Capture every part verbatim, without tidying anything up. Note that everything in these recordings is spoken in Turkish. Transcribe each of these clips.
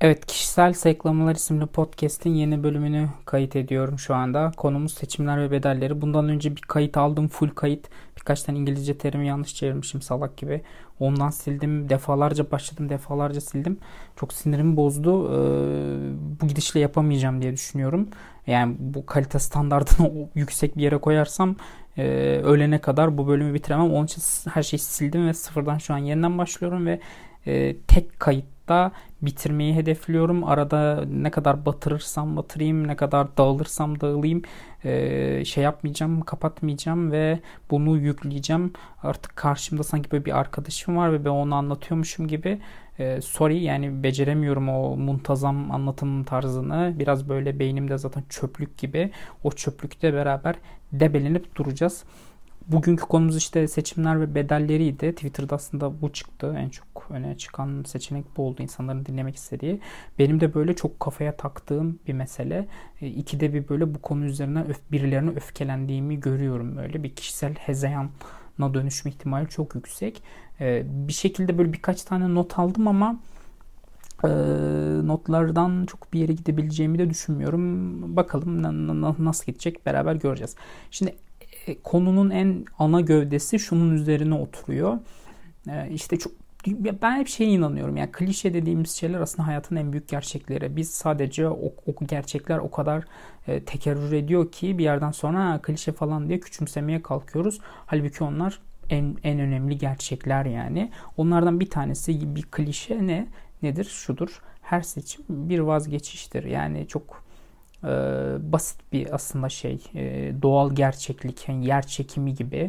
Evet, Kişisel Sayıklamalar isimli podcast'in yeni bölümünü kayıt ediyorum şu anda. Konumuz seçimler ve bedelleri. Bundan önce bir kayıt aldım, full kayıt. Birkaç tane İngilizce terimi yanlış çevirmişim salak gibi. Ondan sildim, defalarca başladım, defalarca sildim. Çok sinirimi bozdu. Ee, bu gidişle yapamayacağım diye düşünüyorum. Yani bu kalite standartını yüksek bir yere koyarsam e, ölene kadar bu bölümü bitiremem. Onun için her şeyi sildim ve sıfırdan şu an yeniden başlıyorum ve e, tek kayıtta bitirmeyi hedefliyorum. Arada ne kadar batırırsam batırayım, ne kadar dağılırsam dağılayım, e, şey yapmayacağım, kapatmayacağım ve bunu yükleyeceğim. Artık karşımda sanki böyle bir arkadaşım var ve ben onu anlatıyormuşum gibi. E, sorry yani beceremiyorum o muntazam anlatım tarzını. Biraz böyle beynimde zaten çöplük gibi. O çöplükte beraber debelenip duracağız. Bugünkü konumuz işte seçimler ve bedelleriydi. Twitter'da aslında bu çıktı. En çok öne çıkan seçenek bu oldu. İnsanların dinlemek istediği. Benim de böyle çok kafaya taktığım bir mesele. E, ikide bir böyle bu konu üzerinden öf, birilerine öfkelendiğimi görüyorum. Böyle bir kişisel hezeyana dönüşme ihtimali çok yüksek. E, bir şekilde böyle birkaç tane not aldım ama e, notlardan çok bir yere gidebileceğimi de düşünmüyorum. Bakalım na- na- nasıl gidecek beraber göreceğiz. Şimdi konunun en ana gövdesi şunun üzerine oturuyor. Ee, işte çok ben hep şeye inanıyorum. Yani klişe dediğimiz şeyler aslında hayatın en büyük gerçekleri. Biz sadece o, o gerçekler o kadar e, tekerrür ediyor ki bir yerden sonra klişe falan diye küçümsemeye kalkıyoruz. Halbuki onlar en en önemli gerçekler yani. Onlardan bir tanesi bir klişe ne? Nedir? Şudur. Her seçim bir vazgeçiştir. Yani çok e, basit bir aslında şey. E, doğal gerçeklik, yani yer çekimi gibi,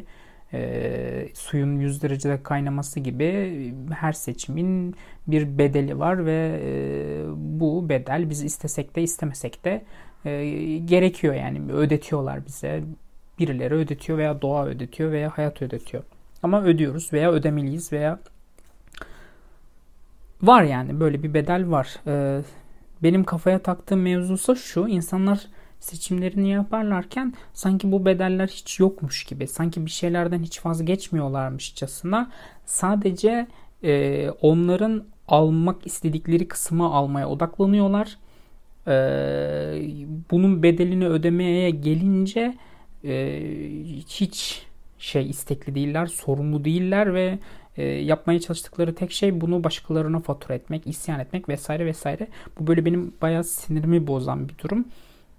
e, suyun yüz derecede kaynaması gibi her seçimin bir bedeli var ve e, bu bedel biz istesek de istemesek de e, gerekiyor yani ödetiyorlar bize. Birileri ödetiyor veya doğa ödetiyor veya hayat ödetiyor. Ama ödüyoruz veya ödemeliyiz veya var yani böyle bir bedel var. E, benim kafaya taktığım mevzusa şu: insanlar seçimlerini yaparlarken sanki bu bedeller hiç yokmuş gibi, sanki bir şeylerden hiç vazgeçmiyorlarmışçasına sadece e, onların almak istedikleri kısmı almaya odaklanıyorlar. E, bunun bedelini ödemeye gelince e, hiç şey istekli değiller, sorumlu değiller ve e, yapmaya çalıştıkları tek şey bunu başkalarına fatura etmek, isyan etmek vesaire vesaire. Bu böyle benim bayağı sinirimi bozan bir durum.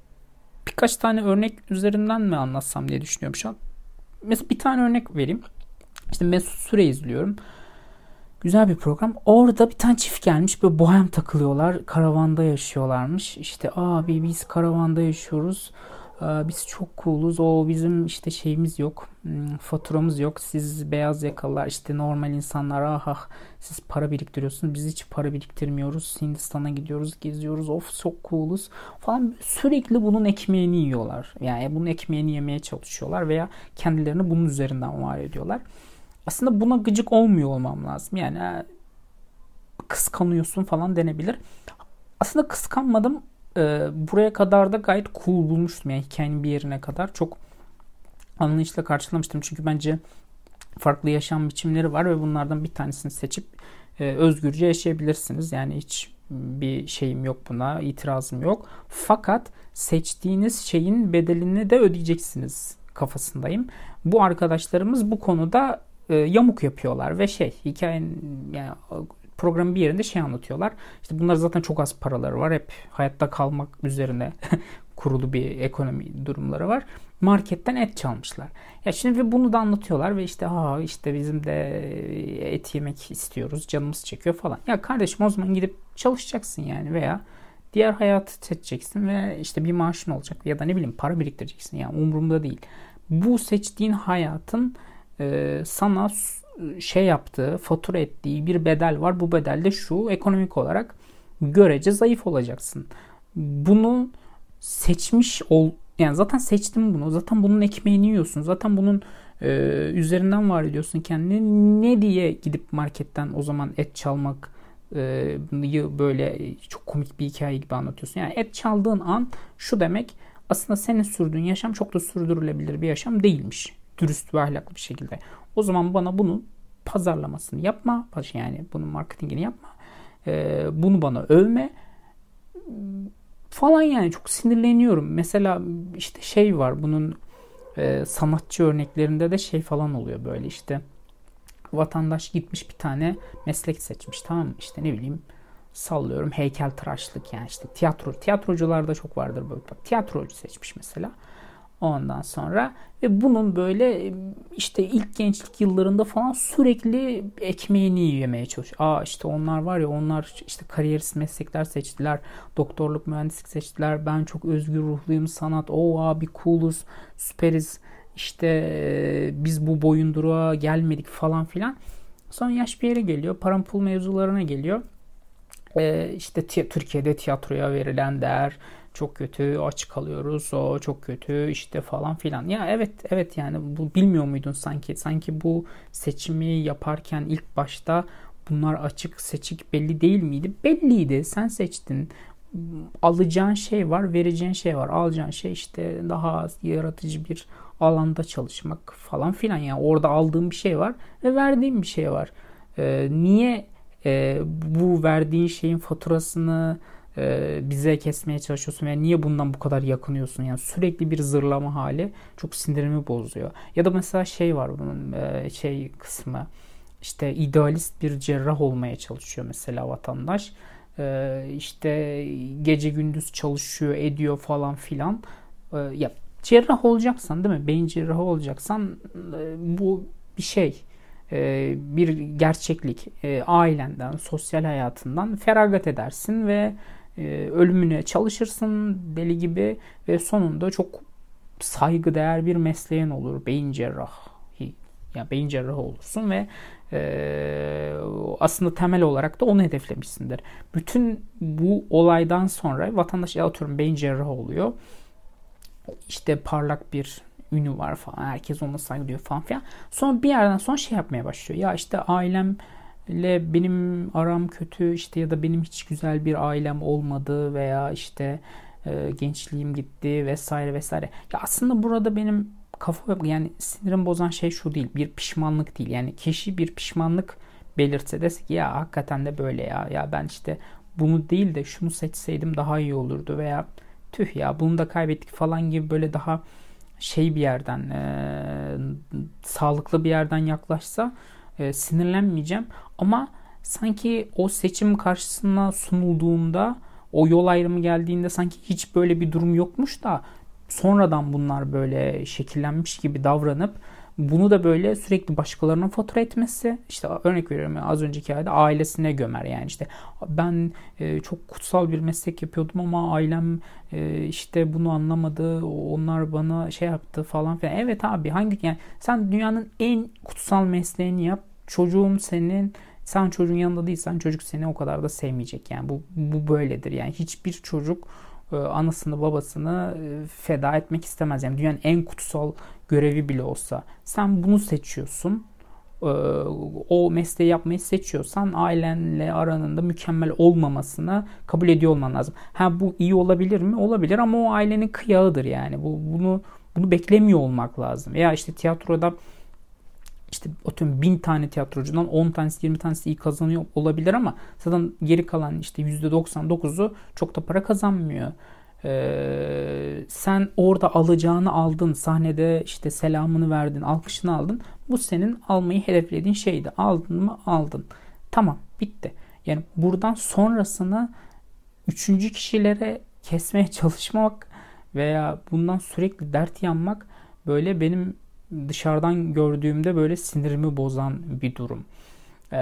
Birkaç tane örnek üzerinden mi anlatsam diye düşünüyorum şu an. Mesela bir tane örnek vereyim. İşte Mesut Süre izliyorum. Güzel bir program. Orada bir tane çift gelmiş. Böyle bohem takılıyorlar. Karavanda yaşıyorlarmış. İşte abi biz karavanda yaşıyoruz. Biz çok cool'uz. O bizim işte şeyimiz yok. Faturamız yok. Siz beyaz yakalılar işte normal insanlar ah ah siz para biriktiriyorsunuz. Biz hiç para biriktirmiyoruz. Hindistan'a gidiyoruz, geziyoruz. Of çok cool'uz falan. Sürekli bunun ekmeğini yiyorlar. Yani bunun ekmeğini yemeye çalışıyorlar veya kendilerini bunun üzerinden var ediyorlar. Aslında buna gıcık olmuyor olmam lazım. Yani kıskanıyorsun falan denebilir. Aslında kıskanmadım. Ee, buraya kadar da gayet cool bulmuştum. Yani hikayenin bir yerine kadar çok anlayışla karşılamıştım. Çünkü bence farklı yaşam biçimleri var ve bunlardan bir tanesini seçip e, özgürce yaşayabilirsiniz. Yani hiç bir şeyim yok buna, itirazım yok. Fakat seçtiğiniz şeyin bedelini de ödeyeceksiniz kafasındayım. Bu arkadaşlarımız bu konuda e, yamuk yapıyorlar ve şey hikayenin yani programın bir yerinde şey anlatıyorlar. İşte bunlar zaten çok az paraları var. Hep hayatta kalmak üzerine kurulu bir ekonomi durumları var. Marketten et çalmışlar. Ya şimdi bunu da anlatıyorlar ve işte ha işte bizim de et yemek istiyoruz. Canımız çekiyor falan. Ya kardeşim o zaman gidip çalışacaksın yani veya diğer hayatı seçeceksin ve işte bir maaşın olacak ya da ne bileyim para biriktireceksin. Yani umurumda değil. Bu seçtiğin hayatın e, sana şey yaptığı, fatura ettiği bir bedel var. Bu bedel de şu: ekonomik olarak görece zayıf olacaksın. Bunu seçmiş ol, yani zaten seçtin bunu. Zaten bunun ekmeğini yiyorsun. Zaten bunun e, üzerinden var ediyorsun kendini. Ne diye gidip marketten o zaman et çalmak e, böyle çok komik bir hikaye gibi anlatıyorsun. Yani et çaldığın an şu demek: aslında senin sürdüğün yaşam çok da sürdürülebilir bir yaşam değilmiş. Dürüst ve ahlaklı bir şekilde. O zaman bana bunun pazarlamasını yapma. Yani bunun marketingini yapma. Ee, bunu bana övme. falan yani çok sinirleniyorum. Mesela işte şey var bunun e, sanatçı örneklerinde de şey falan oluyor böyle işte vatandaş gitmiş bir tane meslek seçmiş, tamam mı? İşte ne bileyim sallıyorum heykeltıraşlık yani işte tiyatro tiyatrocularda çok vardır böyle. Bak, tiyatrocu seçmiş mesela. Ondan sonra ve bunun böyle işte ilk gençlik yıllarında falan sürekli ekmeğini yemeye çalışıyor. Aa işte onlar var ya onlar işte kariyerist meslekler seçtiler. Doktorluk, mühendislik seçtiler. Ben çok özgür ruhluyum, sanat. Oo abi cooluz, süperiz. İşte biz bu boyunduruğa gelmedik falan filan. Sonra yaş bir yere geliyor. Param pul mevzularına geliyor. Ee, işte ti- Türkiye'de tiyatroya verilen değer çok kötü, aç kalıyoruz, o çok kötü işte falan filan. Ya evet evet yani bu bilmiyor muydun sanki? Sanki bu seçimi yaparken ilk başta bunlar açık seçik belli değil miydi? Belliydi. Sen seçtin. Alacağın şey var, vereceğin şey var. Alacağın şey işte daha az yaratıcı bir alanda çalışmak falan filan. Yani orada aldığım bir şey var ve verdiğim bir şey var. Ee, niye e, bu verdiğin şeyin faturasını e, bize kesmeye çalışıyorsun ve niye bundan bu kadar yakınıyorsun? Yani sürekli bir zırlama hali çok sinirimi bozuyor. Ya da mesela şey var bunun e, şey kısmı işte idealist bir cerrah olmaya çalışıyor mesela vatandaş. E, işte gece gündüz çalışıyor ediyor falan filan. E, ya cerrah olacaksan değil mi? Beyin cerrahı olacaksan e, bu bir şey e, bir gerçeklik, e, ailenden, sosyal hayatından feragat edersin ve e, ölümüne çalışırsın deli gibi ve sonunda çok saygıdeğer bir mesleğin olur. Beyin cerrahı. Yani beyin cerrahı olursun ve e, aslında temel olarak da onu hedeflemişsindir. Bütün bu olaydan sonra vatandaş atıyorum beyin cerrahı oluyor. İşte parlak bir ünü var falan. Herkes ona saygı duyuyor falan filan. Sonra bir yerden sonra şey yapmaya başlıyor. Ya işte ailemle benim aram kötü işte ya da benim hiç güzel bir ailem olmadı veya işte e, gençliğim gitti vesaire vesaire. Ya aslında burada benim kafa yani sinirim bozan şey şu değil. Bir pişmanlık değil. Yani kişi bir pişmanlık belirtse dese ki ya hakikaten de böyle ya. Ya ben işte bunu değil de şunu seçseydim daha iyi olurdu veya tüh ya bunu da kaybettik falan gibi böyle daha şey bir yerden e, sağlıklı bir yerden yaklaşsa e, sinirlenmeyeceğim ama sanki o seçim karşısına sunulduğunda o yol ayrımı geldiğinde sanki hiç böyle bir durum yokmuş da sonradan bunlar böyle şekillenmiş gibi davranıp bunu da böyle sürekli başkalarına fatura etmesi işte örnek veriyorum az önceki ayda ailesine gömer yani işte ben e, çok kutsal bir meslek yapıyordum ama ailem e, işte bunu anlamadı onlar bana şey yaptı falan filan. Evet abi hangi yani sen dünyanın en kutsal mesleğini yap çocuğun senin sen çocuğun yanında değilsen çocuk seni o kadar da sevmeyecek yani bu, bu böyledir yani hiçbir çocuk anasını babasını feda etmek istemez. Yani dünyanın en kutsal görevi bile olsa. Sen bunu seçiyorsun. O mesleği yapmayı seçiyorsan ailenle aranın da mükemmel olmamasını kabul ediyor olman lazım. Ha bu iyi olabilir mi? Olabilir ama o ailenin kıyağıdır yani. Bu bunu bunu beklemiyor olmak lazım. Veya işte tiyatroda işte atıyorum bin tane tiyatrocudan on tanesi yirmi tanesi iyi kazanıyor olabilir ama zaten geri kalan işte yüzde doksan dokuzu çok da para kazanmıyor. Ee, sen orada alacağını aldın, sahnede işte selamını verdin, alkışını aldın. Bu senin almayı hedeflediğin şeydi. Aldın mı? Aldın. Tamam, bitti. Yani buradan sonrasını üçüncü kişilere kesmeye çalışmak veya bundan sürekli dert yanmak böyle benim dışarıdan gördüğümde böyle sinirimi bozan bir durum. Ee,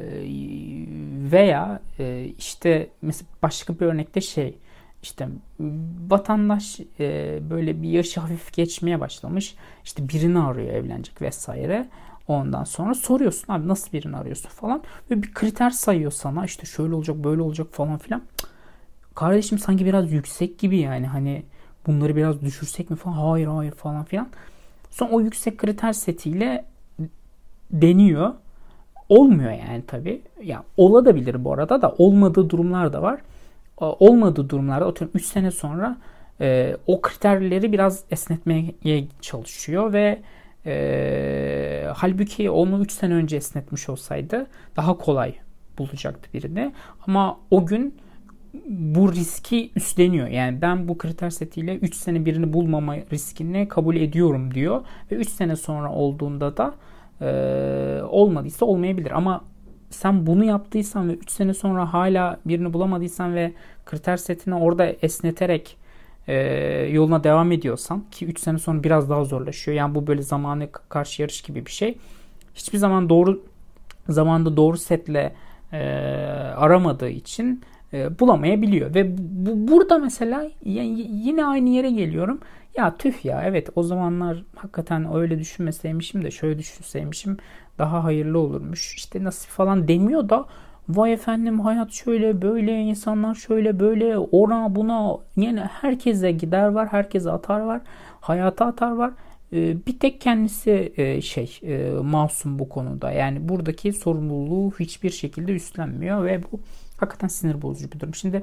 veya e, işte mesela başka bir örnekte şey işte vatandaş e, böyle bir yaşı hafif geçmeye başlamış işte birini arıyor evlenecek vesaire. Ondan sonra soruyorsun abi nasıl birini arıyorsun falan ve bir kriter sayıyor sana işte şöyle olacak böyle olacak falan filan. Kardeşim sanki biraz yüksek gibi yani hani bunları biraz düşürsek mi falan hayır hayır falan filan. Sonra o yüksek kriter setiyle deniyor. Olmuyor yani tabii. Ya olabilir bu arada da olmadığı durumlar da var. Olmadığı durumlarda atıyorum üç sene sonra e, o kriterleri biraz esnetmeye çalışıyor ve e, halbuki onu üç sene önce esnetmiş olsaydı daha kolay bulacaktı birini. Ama o gün bu riski üstleniyor. Yani ben bu kriter setiyle üç sene birini bulmama riskini kabul ediyorum diyor. Ve üç sene sonra olduğunda da e, olmadıysa olmayabilir. Ama sen bunu yaptıysan ve üç sene sonra hala birini bulamadıysan ve kriter setini orada esneterek e, yoluna devam ediyorsan, ki üç sene sonra biraz daha zorlaşıyor. Yani bu böyle zamanı karşı yarış gibi bir şey. Hiçbir zaman doğru zamanda doğru setle e, aramadığı için e, bulamayabiliyor. Ve bu, burada mesela yine aynı yere geliyorum. Ya tüh ya, evet o zamanlar hakikaten öyle düşünmeseymişim de şöyle düşünseymişim daha hayırlı olurmuş. İşte nasıl falan demiyor da vay efendim hayat şöyle böyle, insanlar şöyle böyle, ona buna, yani herkese gider var, herkese atar var, hayata atar var. Bir tek kendisi şey masum bu konuda. Yani buradaki sorumluluğu hiçbir şekilde üstlenmiyor ve bu hakikaten sinir bozucu bir durum. Şimdi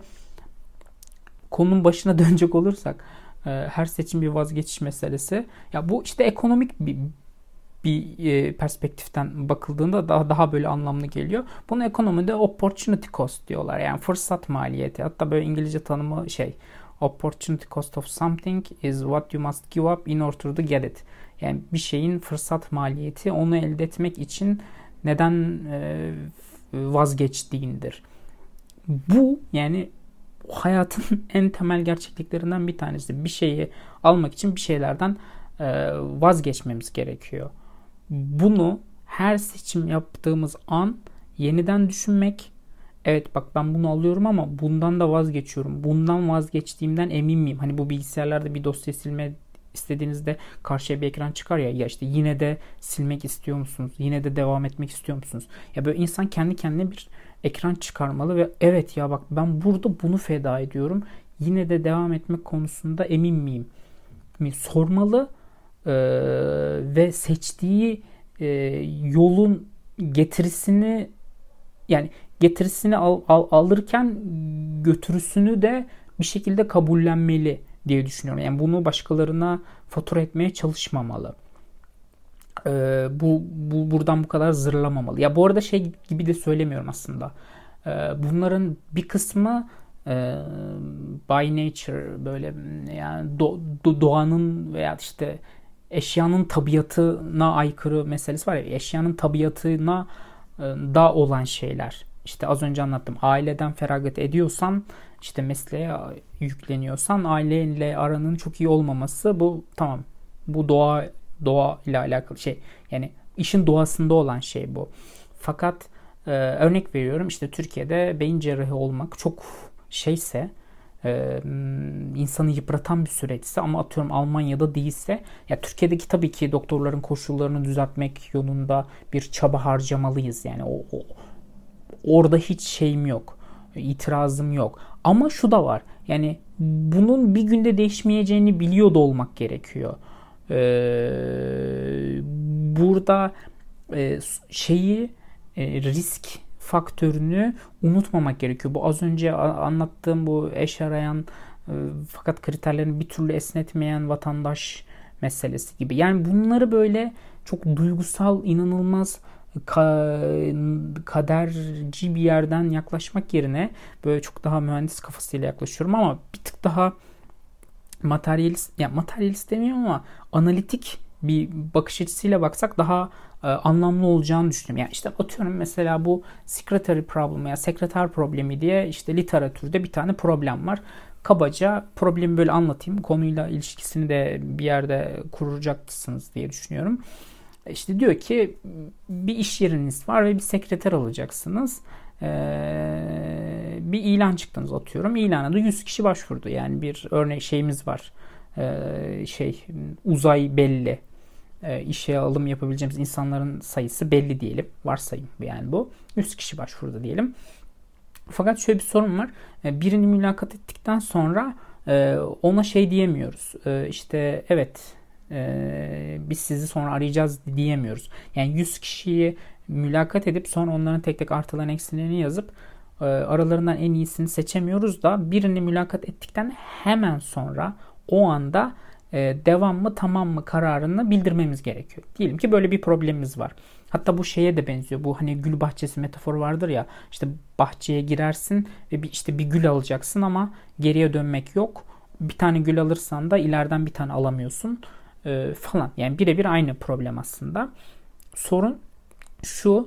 konunun başına dönecek olursak, her seçim bir vazgeçiş meselesi. Ya bu işte ekonomik bir bir perspektiften bakıldığında daha daha böyle anlamlı geliyor. Bunu ekonomide opportunity cost diyorlar. Yani fırsat maliyeti. Hatta böyle İngilizce tanımı şey, opportunity cost of something is what you must give up in order to get it. Yani bir şeyin fırsat maliyeti, onu elde etmek için neden vazgeçtiğindir. Bu yani hayatın en temel gerçekliklerinden bir tanesi. Bir şeyi almak için bir şeylerden vazgeçmemiz gerekiyor. Bunu her seçim yaptığımız an yeniden düşünmek. Evet bak ben bunu alıyorum ama bundan da vazgeçiyorum. Bundan vazgeçtiğimden emin miyim? Hani bu bilgisayarlarda bir dosya silme istediğinizde karşıya bir ekran çıkar ya. Ya işte yine de silmek istiyor musunuz? Yine de devam etmek istiyor musunuz? Ya böyle insan kendi kendine bir ekran çıkarmalı ve evet ya bak ben burada bunu feda ediyorum. Yine de devam etmek konusunda emin miyim? Mi sormalı ee, ve seçtiği e, yolun getirisini, yani getirisini al, al, alırken götürüsünü de bir şekilde kabullenmeli diye düşünüyorum. Yani bunu başkalarına fatura etmeye çalışmamalı. Ee, bu, bu buradan bu kadar zırlamamalı. Ya bu arada şey gibi de söylemiyorum aslında. Ee, bunların bir kısmı e, by nature böyle yani do, do, doğanın veya işte eşyanın tabiatına aykırı meselesi var ya, eşyanın tabiatına da olan şeyler. İşte az önce anlattım. Aileden feragat ediyorsan, işte mesleğe yükleniyorsan, aileyle aranın çok iyi olmaması, bu tamam. Bu doğa doğa ile alakalı şey. Yani işin doğasında olan şey bu. Fakat e, örnek veriyorum, işte Türkiye'de beyin cerrahi olmak çok şeyse, e, insanı yıpratan bir süreçse, ama atıyorum Almanya'da değilse, ya Türkiye'deki tabii ki doktorların koşullarını düzeltmek yolunda bir çaba harcamalıyız. Yani o, o orada hiç şeyim yok. İtirazım yok. Ama şu da var. Yani bunun bir günde değişmeyeceğini biliyor da olmak gerekiyor. Ee, burada e, şeyi e, risk faktörünü unutmamak gerekiyor. Bu az önce anlattığım bu eş arayan e, fakat kriterlerini bir türlü esnetmeyen vatandaş meselesi gibi. Yani bunları böyle çok duygusal, inanılmaz ka- kaderci bir yerden yaklaşmak yerine böyle çok daha mühendis kafasıyla yaklaşıyorum, ama bir tık daha materyalist, yani materyalist demiyorum ama analitik bir bakış açısıyla baksak daha e, anlamlı olacağını düşünüyorum. Yani işte atıyorum mesela bu secretary problem ya sekreter problemi diye işte literatürde bir tane problem var. Kabaca problemi böyle anlatayım. Konuyla ilişkisini de bir yerde kuracaksınız diye düşünüyorum. İşte diyor ki bir iş yeriniz var ve bir sekreter alacaksınız. Ee, bir ilan çıktınız atıyorum. İlana da yüz kişi başvurdu. Yani bir örnek şeyimiz var. Ee, şey uzay belli. Ee, işe alım yapabileceğimiz insanların sayısı belli diyelim. Varsayım yani bu. yüz kişi başvurdu diyelim. Fakat şöyle bir sorun var. Birini mülakat ettikten sonra ona şey diyemiyoruz. İşte evet biz sizi sonra arayacağız diyemiyoruz. Yani yüz kişiyi mülakat edip sonra onların tek tek artılarını eksilerini yazıp aralarından en iyisini seçemiyoruz da birini mülakat ettikten hemen sonra o anda devam mı tamam mı kararını bildirmemiz gerekiyor. Diyelim ki böyle bir problemimiz var. Hatta bu şeye de benziyor. Bu hani gül bahçesi metaforu vardır ya. İşte bahçeye girersin ve bir, işte bir gül alacaksın ama geriye dönmek yok. Bir tane gül alırsan da ileriden bir tane alamıyorsun e, falan. Yani birebir aynı problem aslında. Sorun şu: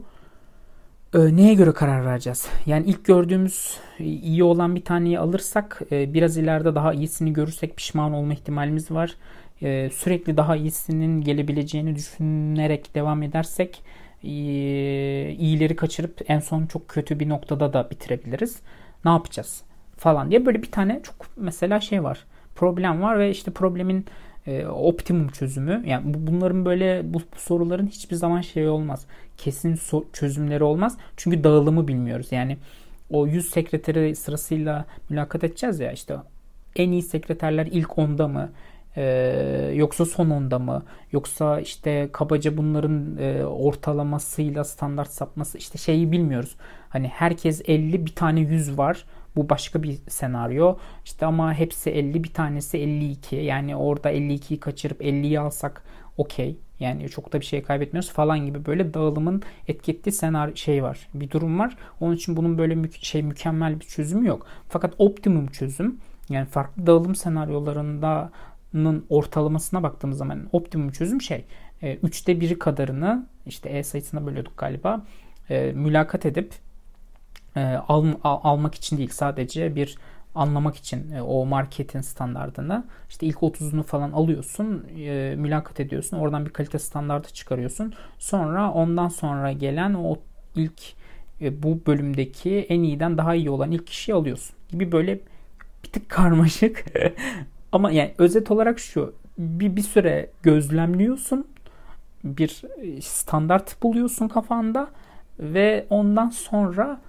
e, neye göre karar vereceğiz? Yani ilk gördüğümüz iyi olan bir taneyi alırsak e, biraz ileride daha iyisini görürsek pişman olma ihtimalimiz var. E, sürekli daha iyisinin gelebileceğini düşünerek devam edersek e, iyileri kaçırıp en son çok kötü bir noktada da bitirebiliriz. Ne yapacağız falan diye böyle bir tane çok mesela şey var. Problem var ve işte problemin e, optimum çözümü. Yani bu, bunların böyle bu, bu soruların hiçbir zaman şey olmaz. Kesin so- çözümleri olmaz. Çünkü dağılımı bilmiyoruz. Yani o yüz sekreteri sırasıyla mülakat edeceğiz ya, işte en iyi sekreterler ilk onda mı? Ee, yoksa son onda mı? Yoksa işte kabaca bunların e, ortalamasıyla standart sapması, işte şeyi bilmiyoruz. Hani herkes elli, bir tane yüz var. Bu başka bir senaryo. İşte ama hepsi elli, bir tanesi elli iki. Yani orada elli ikiyi kaçırıp elliyi alsak okey. Yani çok da bir şey kaybetmiyoruz falan gibi böyle dağılımın etki ettiği senaryo şey var. Bir durum var. Onun için bunun böyle mü- şey mükemmel bir çözümü yok. Fakat optimum çözüm, yani farklı dağılım senaryolarının ortalamasına baktığımız zaman optimum çözüm şey e, üçte biri kadarını, işte E sayısına bölüyorduk galiba, e, mülakat edip e, al, al, almak için değil, sadece bir anlamak için e, o marketin standardını, işte ilk otuzunu falan alıyorsun, e, mülakat ediyorsun, oradan bir kalite standardı çıkarıyorsun, sonra ondan sonra gelen o ilk e, bu bölümdeki en iyiden daha iyi olan ilk kişiyi alıyorsun gibi, böyle bir tık karmaşık. Ama yani özet olarak şu: bir, bir süre gözlemliyorsun, bir standart buluyorsun kafanda ve ondan sonra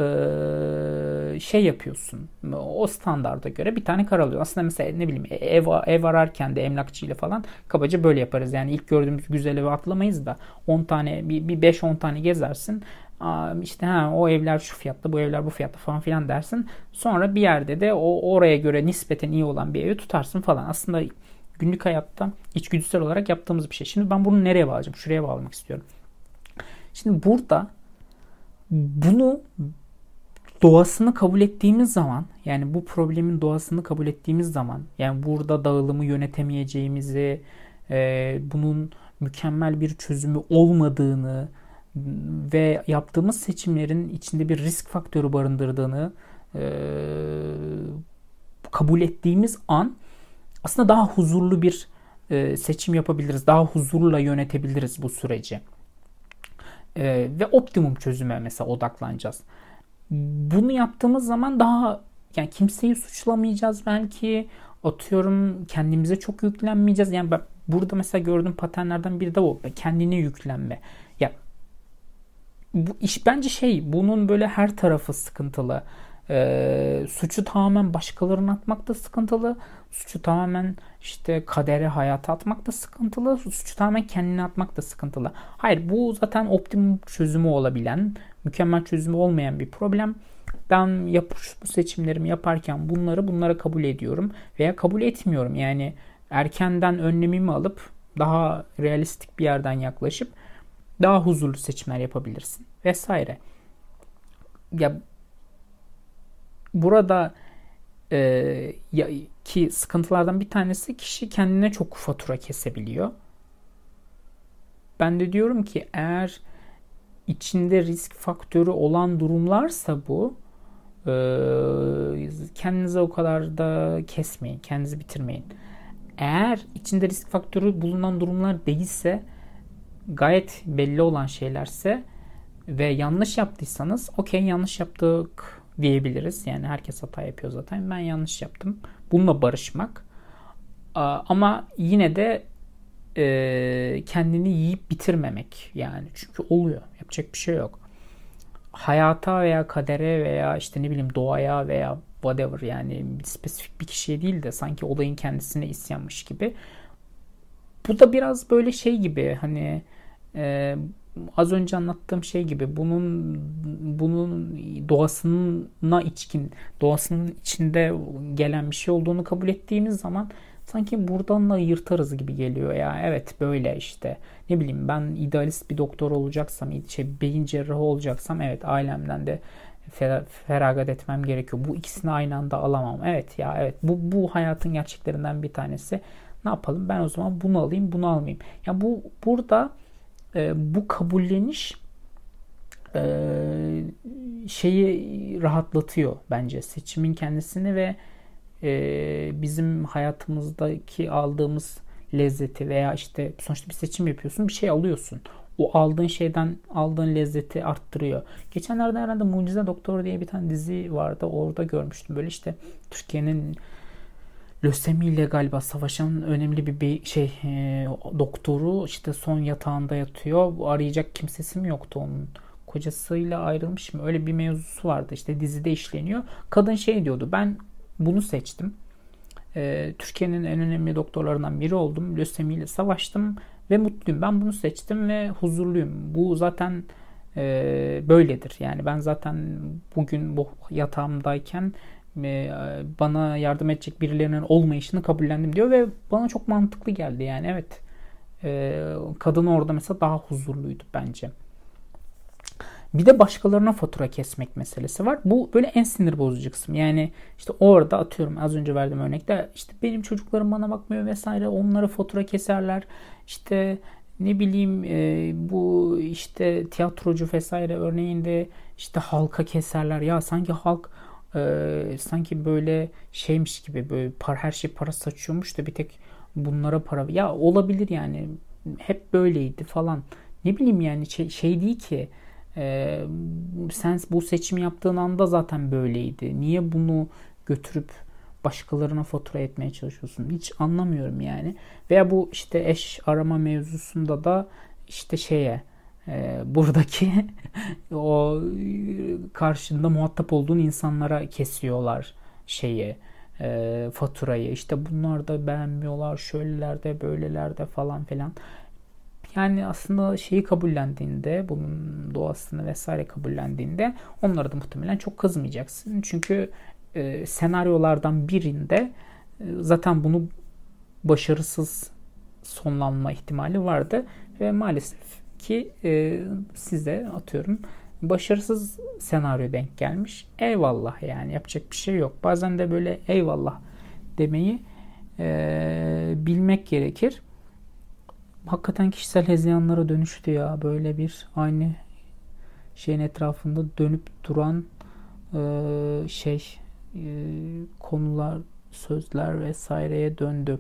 e, şey yapıyorsun. O standarda göre bir tane karar alıyorsun. Aslında mesela ne bileyim, ev ev ararken de emlakçıyla falan kabaca böyle yaparız. Yani ilk gördüğümüz güzel evi atlamayız da on tane bir, bir beş on tane gezersin. Aa, işte ha, o evler şu fiyatta, bu evler bu fiyatta falan filan dersin. Sonra bir yerde de o oraya göre nispeten iyi olan bir evi tutarsın falan. Aslında günlük hayatta içgüdüsel olarak yaptığımız bir şey. Şimdi ben bunu nereye bağlayacağım? Şuraya bağlamak istiyorum. Şimdi burada bunu doğasını kabul ettiğimiz zaman, yani bu problemin doğasını kabul ettiğimiz zaman, yani burada dağılımı yönetemeyeceğimizi, e, bunun mükemmel bir çözümü olmadığını ve yaptığımız seçimlerin içinde bir risk faktörü barındırdığını e, kabul ettiğimiz an aslında daha huzurlu bir e, seçim yapabiliriz. Daha huzurla yönetebiliriz bu süreci. E, ve optimum çözüme mesela odaklanacağız. Bunu yaptığımız zaman daha, yani kimseyi suçlamayacağız belki, atıyorum kendimize çok yüklenmeyeceğiz. Yani ben burada mesela gördüğüm paternlerden biri de o, kendine yüklenme. Ya bu iş bence şey, bunun böyle her tarafı sıkıntılı. Ee, suçu tamamen başkalarına atmak da sıkıntılı. Suçu tamamen işte kadere, hayata atmak da sıkıntılı. Suçu tamamen kendine atmak da sıkıntılı. Hayır, bu zaten optimum çözümü olabilen, mükemmel çözümü olmayan bir problem. Ben yap, bu seçimlerimi yaparken bunları bunlara kabul ediyorum veya kabul etmiyorum. Yani erkenden önlemimi alıp daha realistik bir yerden yaklaşıp daha huzurlu seçimler yapabilirsin vesaire. Ya burada e, ya, ki sıkıntılardan bir tanesi, kişi kendine çok fatura kesebiliyor. Ben de diyorum ki eğer içinde risk faktörü olan durumlarsa bu, e, kendinize o kadar da kesmeyin, kendinizi bitirmeyin. Eğer içinde risk faktörü bulunan durumlar değilse, gayet belli olan şeylerse ve yanlış yaptıysanız okey, yanlış yaptık diyebiliriz. Yani herkes hata yapıyor zaten. Ben yanlış yaptım. Bununla barışmak. Ama yine de e, kendini yiyip bitirmemek. Yani çünkü oluyor. Yapacak bir şey yok. Hayata veya kadere veya işte ne bileyim doğaya veya whatever, yani spesifik bir kişiye değil de sanki olayın kendisine isyanmış gibi. Bu da biraz böyle şey gibi, hani e, az önce anlattığım şey gibi, bunun bunun doğasına içkin, doğasının içinde gelen bir şey olduğunu kabul ettiğimiz zaman sanki buradan da yırtarız gibi geliyor ya. Evet böyle işte. Ne bileyim ben idealist bir doktor olacaksam, şey, beyin cerrahı olacaksam evet ailemden de feragat etmem gerekiyor. Bu ikisini aynı anda alamam. Evet ya evet bu bu hayatın gerçeklerinden bir tanesi. Ne yapalım? Ben o zaman bunu alayım, bunu almayayım. Ya bu burada e, bu kabulleniş e, şeyi rahatlatıyor bence seçimin kendisini ve e, bizim hayatımızdaki aldığımız lezzeti veya işte sonuçta bir seçim yapıyorsun, bir şey alıyorsun. O aldığın şeyden aldığın lezzeti arttırıyor. Geçenlerde herhalde Mucize Doktor diye bir tane dizi vardı. Orada görmüştüm. Böyle işte Türkiye'nin lösemiyle galiba savaşan önemli bir şey e, doktoru işte son yatağında yatıyor. Arayacak kimsesi mi yoktu onun? Kocasıyla ayrılmış mı? Öyle bir mevzusu vardı. İşte dizide işleniyor. Kadın şey diyordu. Ben bunu seçtim. E, Türkiye'nin en önemli doktorlarından biri oldum. Lösemiyle savaştım ve mutluyum. Ben bunu seçtim ve huzurluyum. Bu zaten e, böyledir. Yani ben zaten bugün bu yatağımdayken e, bana yardım edecek birilerinin olmayışını kabullendim diyor ve bana çok mantıklı geldi. Yani evet e, kadın orada mesela daha huzurluydu bence. Bir de başkalarına fatura kesmek meselesi var. Bu böyle en sinir bozucu kısım. Yani işte orada atıyorum az önce verdiğim örnekte işte benim çocuklarım bana bakmıyor vesaire. Onlara fatura keserler. İşte ne bileyim e, bu işte tiyatrocu vesaire örneğinde işte halka keserler. Ya sanki halk e, sanki böyle şeymiş gibi böyle par, her şey para saçıyormuş da bir tek bunlara para. Ya olabilir yani hep böyleydi falan. Ne bileyim yani şey, şey değil ki. Ee, sen bu seçimi yaptığın anda zaten böyleydi. Niye bunu götürüp başkalarına fatura etmeye çalışıyorsun? Hiç anlamıyorum yani. Veya bu işte eş arama mevzusunda da işte şeye e, buradaki o karşında muhatap olduğun insanlara kesiyorlar şeyi e, faturayı. İşte bunlar da beğenmiyorlar. Şöylelerde böylelerde falan filan. Yani aslında şeyi kabullendiğinde, bunun doğasını vesaire kabullendiğinde onlara da muhtemelen çok kızmayacaksın. Çünkü e, senaryolardan birinde e, zaten bunu başarısız sonlanma ihtimali vardı. Ve maalesef ki e, size atıyorum başarısız senaryo denk gelmiş. Eyvallah yani yapacak bir şey yok. Bazen de böyle eyvallah demeyi e, bilmek gerekir. Hakikaten kişisel hezeyanlara dönüştü ya. Böyle bir aynı şeyin etrafında dönüp duran e, şey e, konular, sözler vesaireye döndü.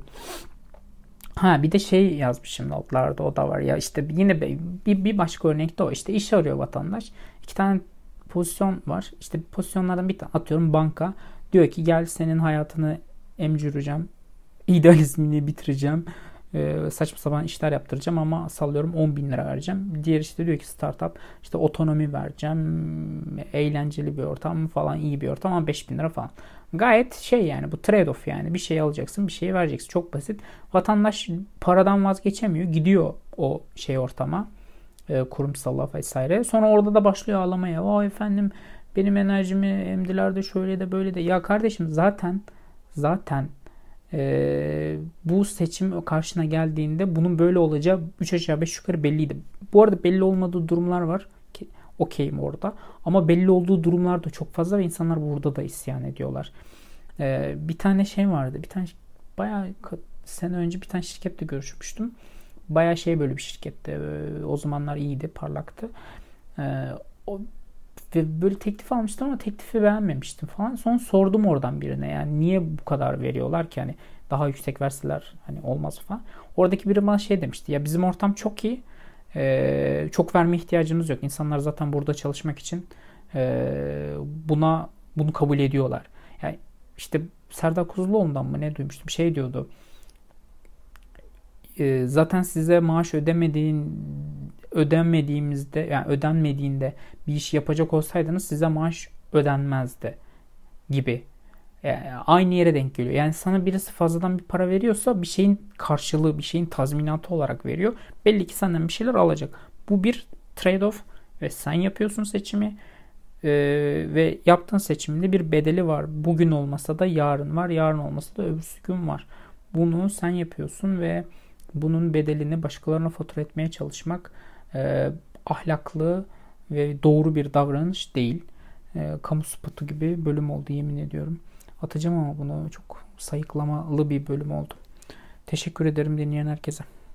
Ha bir de şey yazmışım notlarda o da var ya işte yine bir, bir başka örnek de o işte iş arıyor vatandaş. İki tane pozisyon var. İşte pozisyonlardan bir tane atıyorum banka diyor ki gel senin hayatını emcüreceğim. İdealizmini bitireceğim. Ee, saçma sapan işler yaptıracağım ama sallıyorum on bin lira vereceğim. Diğer işte diyor ki startup işte otonomi vereceğim. Eğlenceli bir ortam falan iyi bir ortam ama beş bin lira falan. Gayet şey yani bu trade off yani bir şey alacaksın bir şey vereceksin. Çok basit. Vatandaş paradan vazgeçemiyor. Gidiyor o şey ortama. E, kurumsala vesaire. Sonra orada da başlıyor ağlamaya. Vay efendim benim enerjimi emdiler de şöyle de böyle de. Ya kardeşim zaten zaten Ee, bu seçim karşına geldiğinde bunun böyle olacağı üç aşağı beş yukarı belliydi. Bu arada belli olmadığı durumlar var ki okeyim orada. Ama belli olduğu durumlar da çok fazla ve insanlar burada da isyan ediyorlar. Ee, bir tane şey vardı. Bir tane bayağı sene önce bir tane şirkette görüşmüştüm. Bayağı şey böyle bir şirkette. Ee, o zamanlar iyiydi, parlaktı. Ee, o ve böyle teklif almıştım ama teklifi beğenmemiştim falan. Sonra sordum oradan birine yani niye bu kadar veriyorlar ki hani daha yüksek verseler hani olmaz falan. Oradaki biri bana şey demişti ya bizim ortam çok iyi. Ee, çok verme ihtiyacımız yok. İnsanlar zaten burada çalışmak için e, buna bunu kabul ediyorlar. Yani işte Serdar Kuzuloğlu'ndan mı ne duymuştum şey diyordu. E, zaten size maaş ödemediğin ödenmediğimizde yani ödenmediğinde bir iş yapacak olsaydınız size maaş ödenmezdi gibi. Yani aynı yere denk geliyor. Yani sana birisi fazladan bir para veriyorsa bir şeyin karşılığı, bir şeyin tazminatı olarak veriyor. Belli ki senden bir şeyler alacak. Bu bir trade-off ve sen yapıyorsun seçimi ee, ve yaptığın seçiminde bir bedeli var. Bugün olmasa da yarın var, yarın olmasa da öbürsü gün var. Bunu sen yapıyorsun ve bunun bedelini başkalarına fatura etmeye çalışmak e, ahlaklı ve doğru bir davranış değil. E, kamu spotu gibi bölüm oldu, yemin ediyorum. Atacağım ama bunu, çok sayıklamalı bir bölüm oldu. Teşekkür ederim dinleyen herkese.